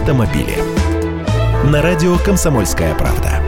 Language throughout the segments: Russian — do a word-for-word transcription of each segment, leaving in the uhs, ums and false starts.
автомобили. На радио «Комсомольская правда».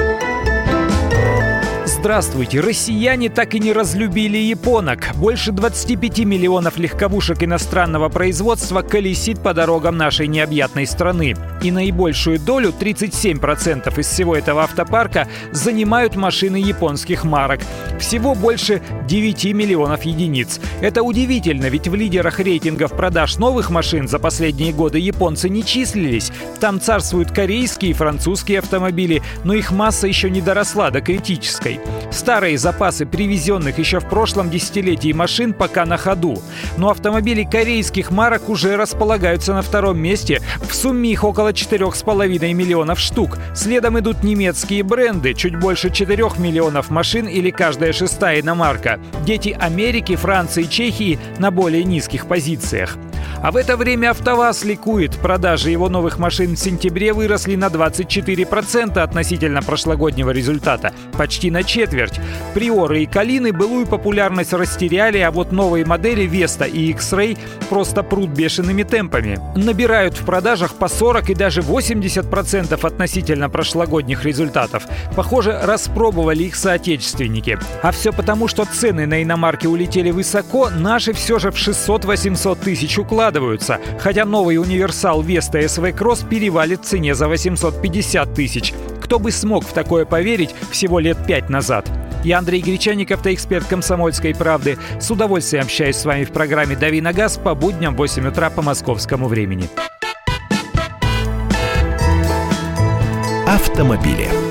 Здравствуйте! Россияне так и не разлюбили японок. Больше двадцати пяти миллионов легковушек иностранного производства колесит по дорогам нашей необъятной страны. И наибольшую долю, тридцать семь процентов из всего этого автопарка, занимают машины японских марок. Всего больше девяти миллионов единиц. Это удивительно, ведь в лидерах рейтингов продаж новых машин за последние годы японцы не числились. Там царствуют корейские и французские автомобили, но их масса еще не доросла до критической. Старые запасы привезенных еще в прошлом десятилетии машин пока на ходу. Но автомобили корейских марок уже располагаются на втором месте. В сумме их около четырёх с половиной миллионов штук. Следом идут немецкие бренды, чуть больше четырёх миллионов машин или каждая шестая иномарка. Дети Америки, Франции, Чехии на более низких позициях. А в это время АвтоВАЗ ликует. Продажи его новых машин в сентябре выросли на двадцать четыре процента относительно прошлогоднего результата. Почти на четверть. Приоры и Калины былую популярность растеряли, а вот новые модели Веста и X-Ray просто прут бешеными темпами. Набирают в продажах по сорок и даже восемьдесят процентов относительно прошлогодних результатов. Похоже, распробовали их соотечественники. А все потому, что цены на иномарки улетели высоко, наши все же в шестьсот-восемьсот тысяч укладываются. Хотя новый универсал Веста эс ви Cross перевалит в цене за восемьсот пятьдесят тысяч. Кто бы смог в такое поверить всего лет пять назад? Я Андрей Гречаник, автоэксперт «Комсомольской правды». С удовольствием общаюсь с вами в программе «Дави на газ» по будням в восемь утра по московскому времени. Автомобили.